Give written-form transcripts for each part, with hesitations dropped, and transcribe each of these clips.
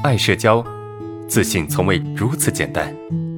爱社交，自信从未如此简单。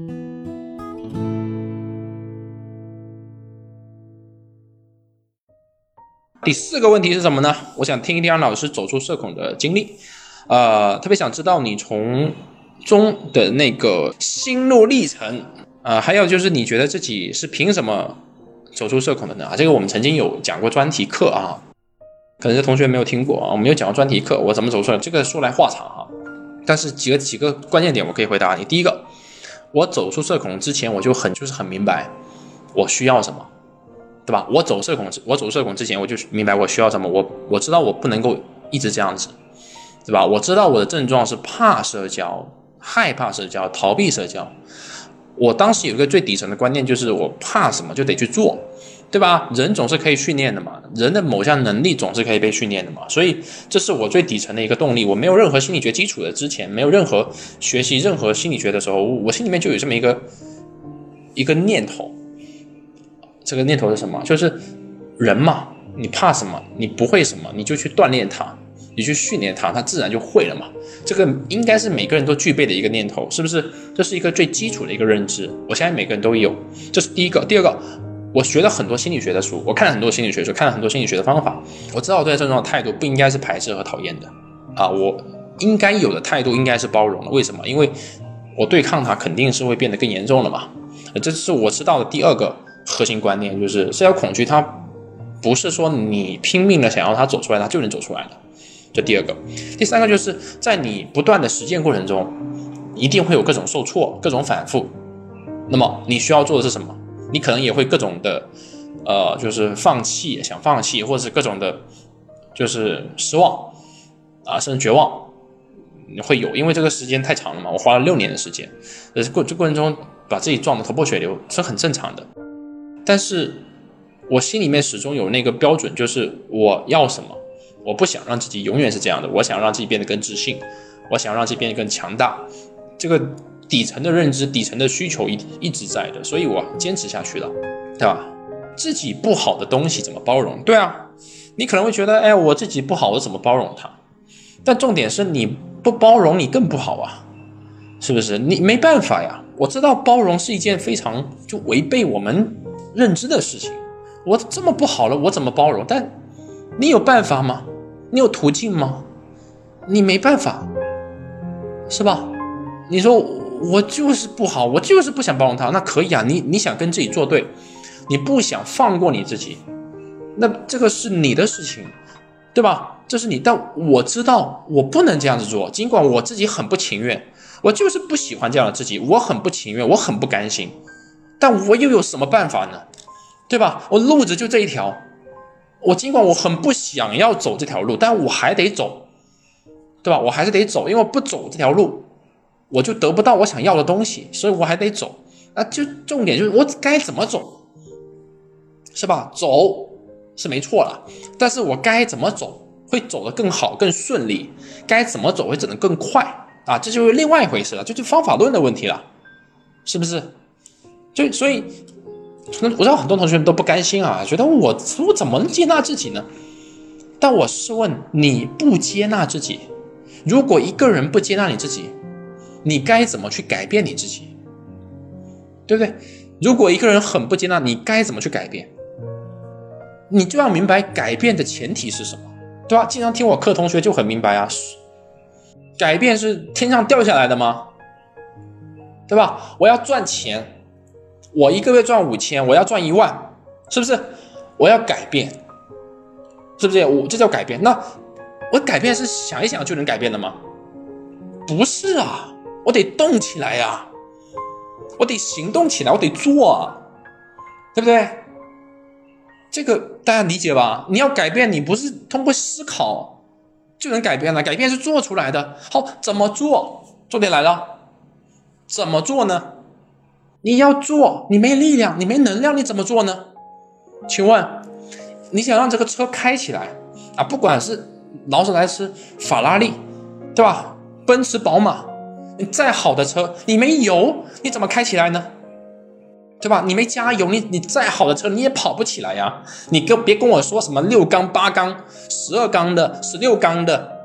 第4个问题是什么呢？我想听一听老师走出社恐的经历，特别想知道你从中的那个心路历程，还有就是你觉得自己是凭什么走出社恐的呢？这个我们曾经有讲过专题课啊，可能这同学没有听过啊，我们有讲过专题课，我怎么走出来？这个说来话长哈，但是几个关键点我可以回答你。第一个，我走出社恐之前，我就是很明白我需要什么。对吧？我走社恐之前，我就明白我需要什么。我知道我不能够一直这样子，对吧？我知道我的症状是怕社交、害怕社交、逃避社交。我当时有一个最底层的观念，就是我怕什么就得去做，对吧？人总是可以训练的嘛，人的某项能力总是可以被训练的嘛。所以这是我最底层的一个动力。我没有任何心理学基础的之前，没有任何学习任何心理学的时候，我心里面就有这么一个念头。这个念头是什么？就是人嘛，你怕什么，你不会什么，你就去锻炼它，你去训练它，它自然就会了嘛。这个应该是每个人都具备的一个念头，是不是？这是一个最基础的一个认知，我相信每个人都有。这是第一个。第二个，我学了很多心理学的书，我看了很多心理学书，看了很多心理学的方法，我知道我对症状的态度不应该是排斥和讨厌的啊，我应该有的态度应该是包容的。为什么？因为我对抗它肯定是会变得更严重了嘛。这是我知道的第二个核心观念，就是社交恐惧它不是说你拼命的想要它走出来它就能走出来的，这第二个。第三个就是在你不断的实践过程中一定会有各种受挫，各种反复，那么你需要做的是什么？你可能也会各种的就是想放弃，或者是各种的就是失望啊，甚至绝望会有，因为这个时间太长了嘛，我花了6年的时间，这过程中把自己撞得头破血流是很正常的。但是我心里面始终有那个标准，就是我要什么，我不想让自己永远是这样的，我想让自己变得更自信，我想让自己变得更强大，这个底层的认知，底层的需求一直在的，所以我坚持下去了，对吧？自己不好的东西怎么包容？对啊，你可能会觉得我自己不好，我怎么包容它？但重点是你不包容你更不好啊，是不是？你没办法呀，我知道包容是一件非常就违背我们认知的事情，我这么不好了，我怎么包容？但你有办法吗？你有途径吗？你没办法，是吧？你说我就是不好，我就是不想包容他，那可以啊，你想跟自己作对，你不想放过你自己，那这个是你的事情，对吧？这是你，但我知道我不能这样子做，尽管我自己很不情愿，我就是不喜欢这样的自己，我很不情愿，我很不甘心，但我又有什么办法呢？对吧？我路子就这一条，我尽管我很不想要走这条路，但我还得走，对吧？我还是得走，因为我不走这条路，我就得不到我想要的东西，所以我还得走。那就重点就是我该怎么走，是吧？走是没错了，但是我该怎么走会走得更好、更顺利？该怎么走会走得更快啊？这就是另外一回事了，这就是方法论的问题了，是不是？所以我知道很多同学们都不甘心啊，觉得我怎么能接纳自己呢？但我是问你，不接纳自己，如果一个人不接纳你自己，你该怎么去改变你自己？对不对？如果一个人很不接纳，你该怎么去改变？你就要明白改变的前提是什么，对吧？经常听我课的同学就很明白啊，改变是天上掉下来的吗？对吧？我要赚钱，我一个月赚5000，我要赚1万，是不是？我要改变，是不是？这叫改变。那我改变是想一想就能改变的吗？不是啊，我得动起来啊，我得行动起来，我得做啊，对不对？这个大家理解吧？你要改变，你不是通过思考就能改变了，改变是做出来的。好，怎么做？重点来了，怎么做呢？你要做，你没力量，你没能量，你怎么做呢？请问你想让这个车开起来啊，不管是劳斯莱斯、法拉利，对吧？奔驰、宝马，你再好的车，你没油，你怎么开起来呢？对吧？你没加油，你再好的车你也跑不起来呀！你别跟我说什么6缸、8缸、12缸的、16缸的，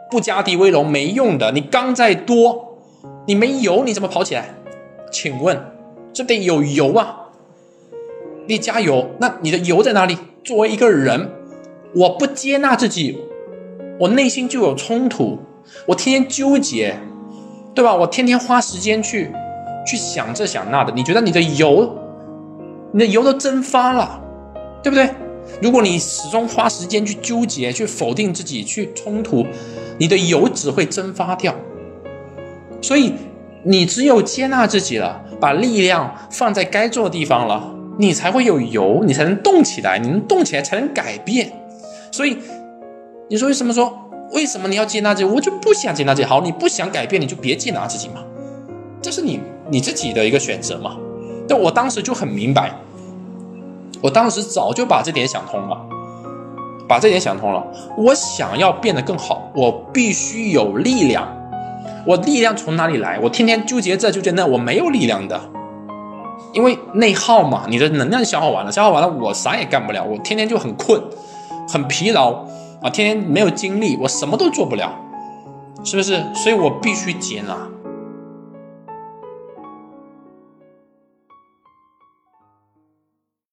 不加敌为龙，没用的。你刚再多，你没油你怎么跑起来？请问这得有油啊，你加油，那你的油在哪里？作为一个人，我不接纳自己，我内心就有冲突，我天天纠结，对吧？我天天花时间去想这想那的，你觉得你的油都蒸发了，对不对？如果你始终花时间去纠结，去否定自己，去冲突，你的油只会蒸发掉。所以你只有接纳自己了，把力量放在该做的地方了，你才会有油，你才能动起来，你能动起来才能改变。所以你说为什么你要接纳自己？我就不想接纳自己。好，你不想改变，你就别接纳自己嘛，这是你自己的一个选择嘛。但我当时就很明白，我当时早就把这点想通了。我想要变得更好，我必须有力量。我力量从哪里来？我天天纠结这纠结那，我没有力量的。因为内耗嘛，你的能量消耗完了，我啥也干不了，我天天就很困，很疲劳啊，天天没有精力，我什么都做不了，是不是？所以我必须接纳。